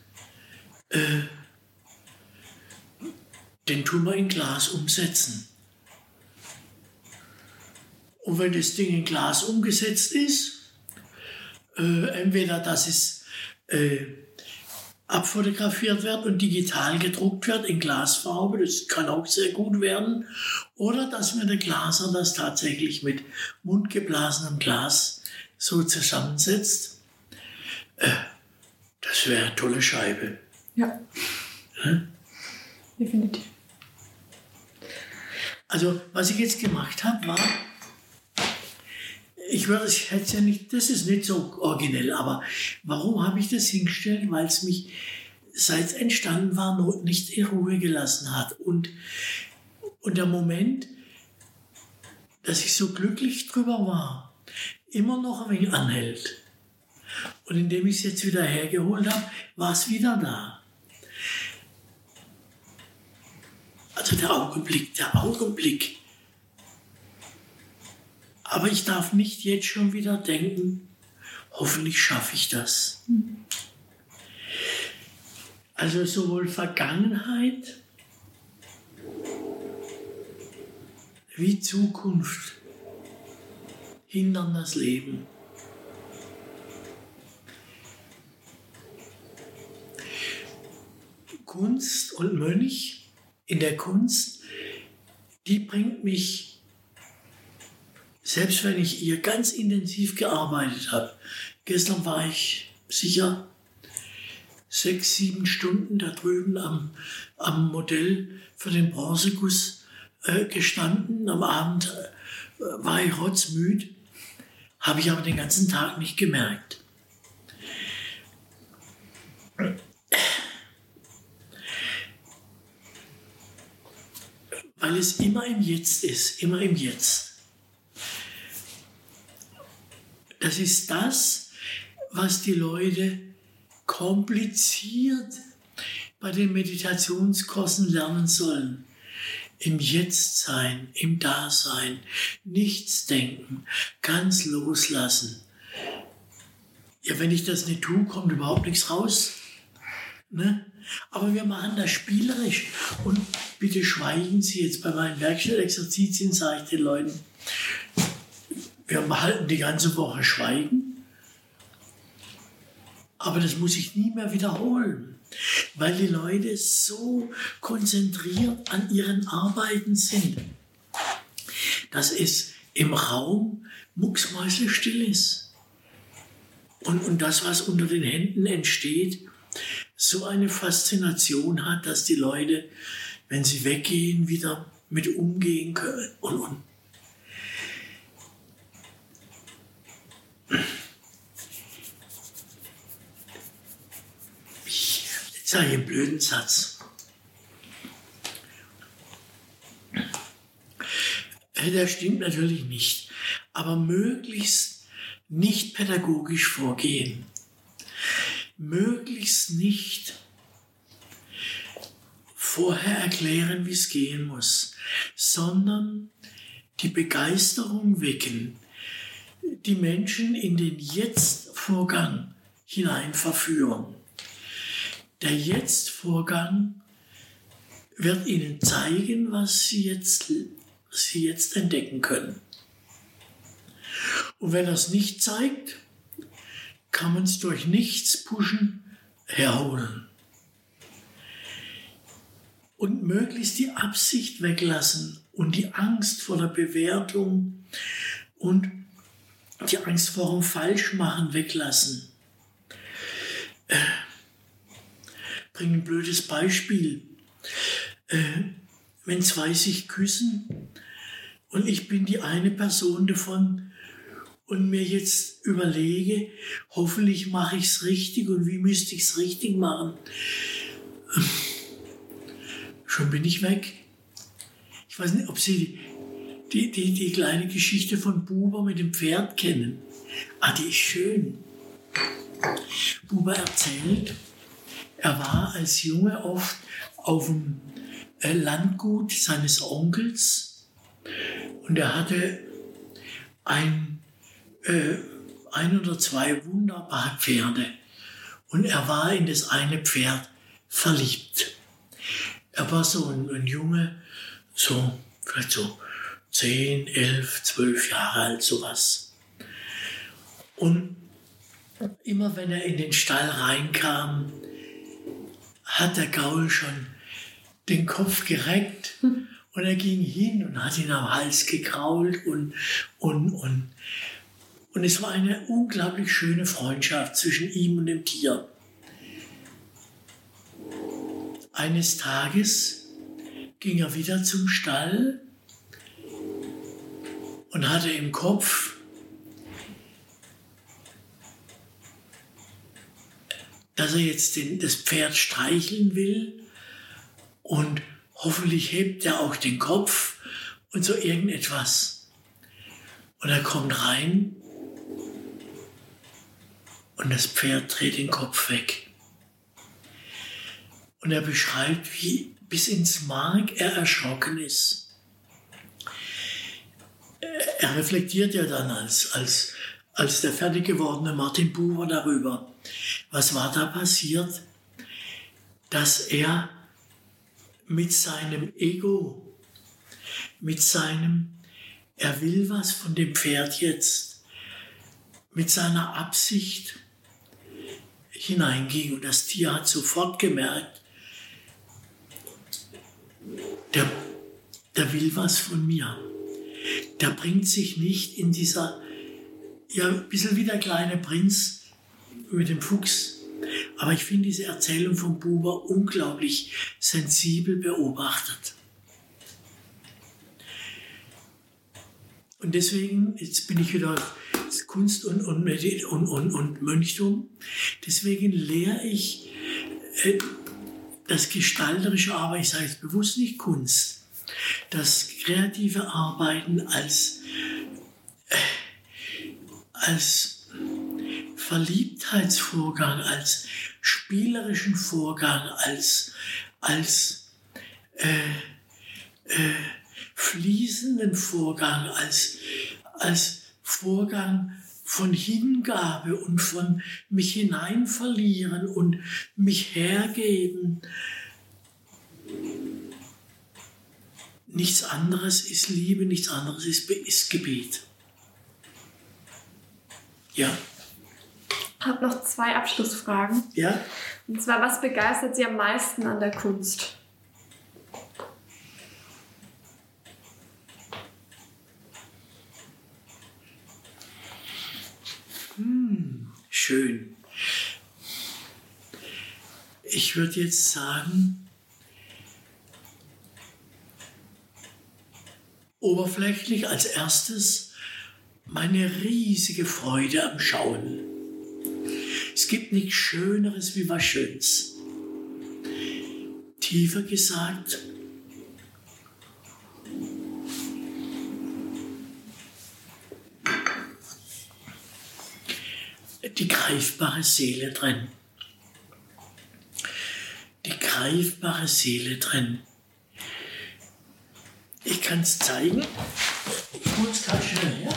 den tun wir in Glas umsetzen. Und wenn das Ding in Glas umgesetzt ist, entweder dass es abfotografiert wird und digital gedruckt wird in Glasfarbe, das kann auch sehr gut werden, oder dass mir der Glaser das tatsächlich mit mundgeblasenem Glas so zusammensetzt. Das wäre eine tolle Scheibe. Ja. Definitiv. Also, was ich jetzt gemacht habe, war, ich hätte ja nicht, das ist nicht so originell, aber warum habe ich das hingestellt? Weil es mich, seit es entstanden war, nicht in Ruhe gelassen hat. Und der Moment, dass ich so glücklich drüber war, immer noch ein wenig anhält. Und indem ich es jetzt wieder hergeholt habe, war es wieder da. Also der Augenblick. Aber ich darf nicht jetzt schon wieder denken, hoffentlich schaffe ich das. Also sowohl Vergangenheit wie Zukunft hindern das Leben. Kunst und Mönch in der Kunst, die bringt mich, selbst wenn ich hier ganz intensiv gearbeitet habe. Gestern war ich sicher 6, 7 Stunden da drüben am Modell für den Bronzeguss gestanden. Am Abend war ich rotzmüd, habe ich aber den ganzen Tag nicht gemerkt. Weil es immer im Jetzt ist, immer im Jetzt. Das ist das, was die Leute kompliziert bei den Meditationskursen lernen sollen. Im Jetzt sein, im Dasein, nichts denken, ganz loslassen. Ja, wenn ich das nicht tue, kommt überhaupt nichts raus. Ne? Aber wir machen das spielerisch. Und bitte schweigen Sie jetzt bei meinen Werkstattexerzitien, sage ich den Leuten, wir behalten die ganze Woche Schweigen, aber das muss ich nie mehr wiederholen, weil die Leute so konzentriert an ihren Arbeiten sind, dass es im Raum mucksmäuschenstill ist. Und das, was unter den Händen entsteht, so eine Faszination hat, dass die Leute, wenn sie weggehen, wieder mit umgehen können und. Jetzt sage ich einen blöden Satz. Der stimmt natürlich nicht, aber möglichst nicht pädagogisch vorgehen. Möglichst nicht vorher erklären, wie es gehen muss, sondern die Begeisterung wecken, die Menschen in den Jetzt-Vorgang hinein verführen. Der Jetzt-Vorgang wird ihnen zeigen, was sie jetzt entdecken können. Und wenn er es nicht zeigt, kann man es durch nichts pushen herholen. Und möglichst die Absicht weglassen und die Angst vor der Bewertung und die Angst vor dem Falschmachen weglassen. Bring ein blödes Beispiel. wenn zwei sich küssen und ich bin die eine Person davon und mir jetzt überlege, hoffentlich mache ich es richtig und wie müsste ich es richtig machen. Schon bin ich weg. Ich weiß nicht, ob Sie die kleine Geschichte von Buber mit dem Pferd kennen. Die ist schön. Buber erzählt, er war als Junge oft auf dem Landgut seines Onkels und er hatte ein oder zwei wunderbare Pferde und er war in das eine Pferd verliebt. Er war so ein Junge, vielleicht so 10, 11, 12 Jahre alt, sowas. Und immer wenn er in den Stall reinkam, hat der Gaul schon den Kopf gereckt und er ging hin und hat ihn am Hals gekrault und es war eine unglaublich schöne Freundschaft zwischen ihm und dem Tier. Eines Tages ging er wieder zum Stall und hatte im Kopf, dass er jetzt das Pferd streicheln will und hoffentlich hebt er auch den Kopf und so irgendetwas. Und er kommt rein und das Pferd dreht den Kopf weg. Und er beschreibt, wie bis ins Mark er erschrocken ist. Er reflektiert ja dann als der fertig gewordene Martin Buber darüber. Was war da passiert? Dass er mit seinem Ego, er will was von dem Pferd jetzt, mit seiner Absicht hineinging. Und das Tier hat sofort gemerkt, der will was von mir. Der bringt sich nicht in dieser, ein bisschen wie der kleine Prinz mit dem Fuchs. Aber ich finde diese Erzählung von Buber unglaublich sensibel beobachtet. Und deswegen, jetzt bin ich wieder Kunst und Mönchtum, deswegen lehre ich das gestalterische Arbeiten, ich sage jetzt bewusst nicht Kunst, das kreative Arbeiten als Verliebtheitsvorgang, als spielerischen Vorgang, als fließenden Vorgang, als Vorgang von Hingabe und von mich hineinverlieren und mich hergeben. Nichts anderes ist Liebe, nichts anderes ist Gebet. Ja. Ich habe noch 2 Abschlussfragen. Ja. Und zwar, was begeistert Sie am meisten an der Kunst? Schön. Ich würde jetzt sagen, oberflächlich als erstes meine riesige Freude am Schauen. Es gibt nichts Schöneres wie was Schönes. Tiefer gesagt, die greifbare Seele drin. Die greifbare Seele drin. Ich kann es zeigen. Ich hole es ganz schnell her.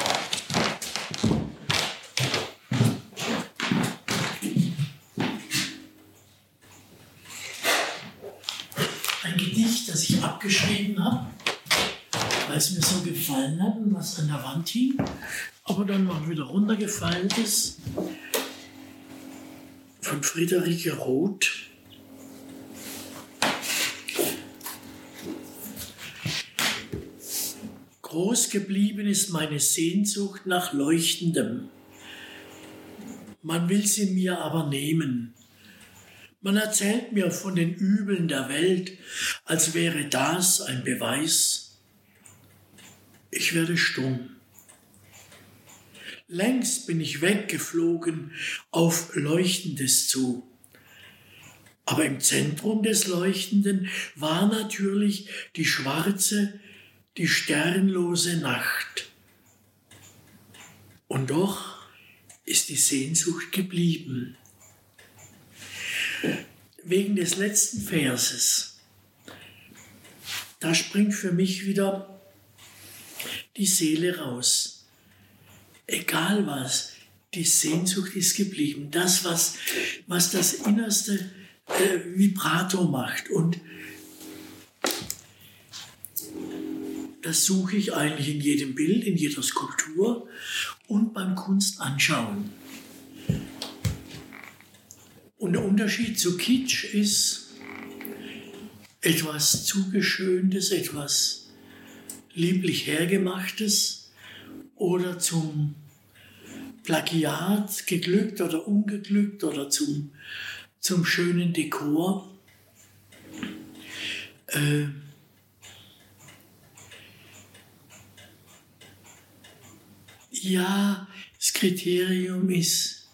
Ein Gedicht, das ich abgeschrieben habe, weil es mir so gefallen hat und was an der Wand hing, aber dann mal wieder runtergefallen ist. Von Friederike Roth. Groß geblieben ist meine Sehnsucht nach Leuchtendem. Man will sie mir aber nehmen. Man erzählt mir von den Übeln der Welt, als wäre das ein Beweis. Ich werde stumm. Längst bin ich weggeflogen auf Leuchtendes zu. Aber im Zentrum des Leuchtenden war natürlich die schwarze, die sternlose Nacht. Und doch ist die Sehnsucht geblieben. Wegen des letzten Verses. Da springt für mich wieder die Seele raus. Egal was, die Sehnsucht ist geblieben. Das, was das innerste Vibrato macht. Und das suche ich eigentlich in jedem Bild, in jeder Skulptur und beim Kunstanschauen. Und der Unterschied zu Kitsch ist etwas Zugeschöntes, etwas lieblich Hergemachtes oder zum Plagiat, geglückt oder ungeglückt oder zum schönen Dekor. Ja, das Kriterium ist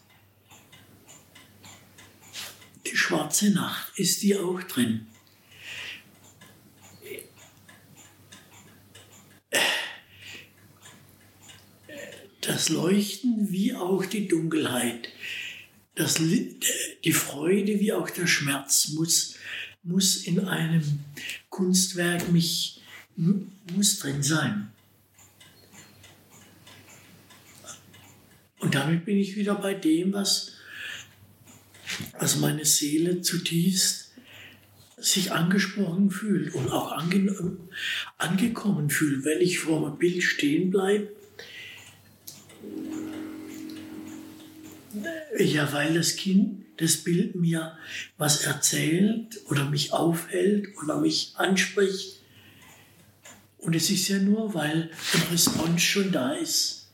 die schwarze Nacht. Ist die auch drin? Das Leuchten wie auch die Dunkelheit, die Freude wie auch der Schmerz muss in einem Kunstwerk muss drin sein. Und damit bin ich wieder bei dem, was meine Seele zutiefst sich angesprochen fühlt und auch angekommen fühlt, wenn ich vor einem Bild stehen bleibe. Ja, weil das Bild mir was erzählt oder mich aufhält oder mich anspricht. Und es ist ja nur, weil ein Response schon da ist.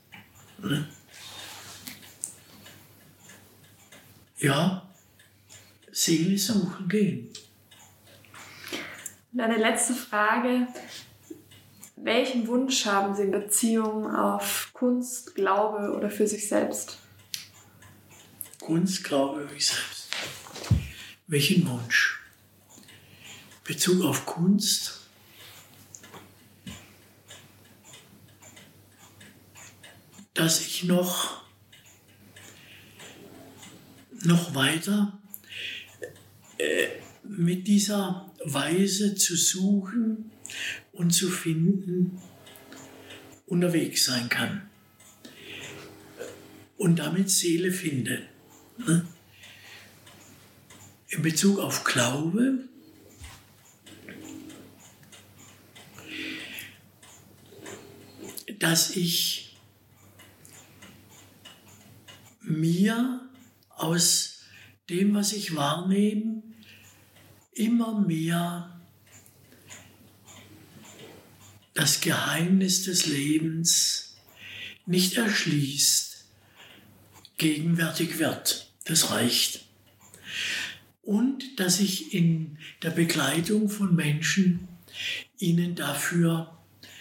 Ja, Seele suchen gehen. Und eine letzte Frage. Welchen Wunsch haben Sie in Beziehung auf Kunst, Glaube oder für sich selbst? Kunst, Glaube, für sich selbst. Welchen Wunsch? Bezug auf Kunst. Dass ich noch weiter mit dieser Weise zu suchen und zu finden unterwegs sein kann. Und damit Seele finde. In Bezug auf Glaube dass ich mir aus dem, was ich wahrnehme, immer mehr das Geheimnis des Lebens nicht erschließt, gegenwärtig wird. Das reicht. Und dass ich in der Begleitung von Menschen ihnen dafür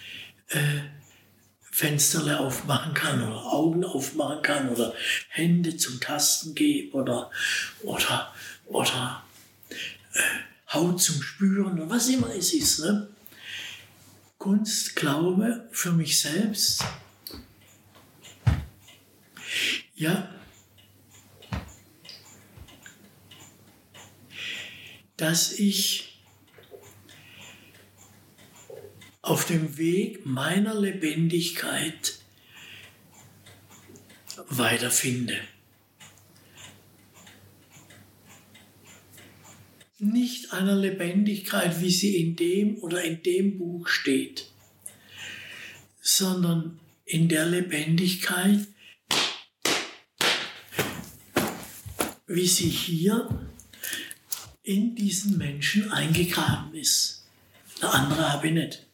Fensterle aufmachen kann oder Augen aufmachen kann oder Hände zum Tasten gebe oder Haut zum Spüren oder was immer es ist. Ne? Kunst, Glaube für mich selbst. Ja, dass ich auf dem Weg meiner Lebendigkeit weiterfinde. Nicht einer Lebendigkeit, wie sie in dem oder in dem Buch steht, sondern in der Lebendigkeit, wie sie hier in diesen Menschen eingegraben ist. Eine andere habe ich nicht.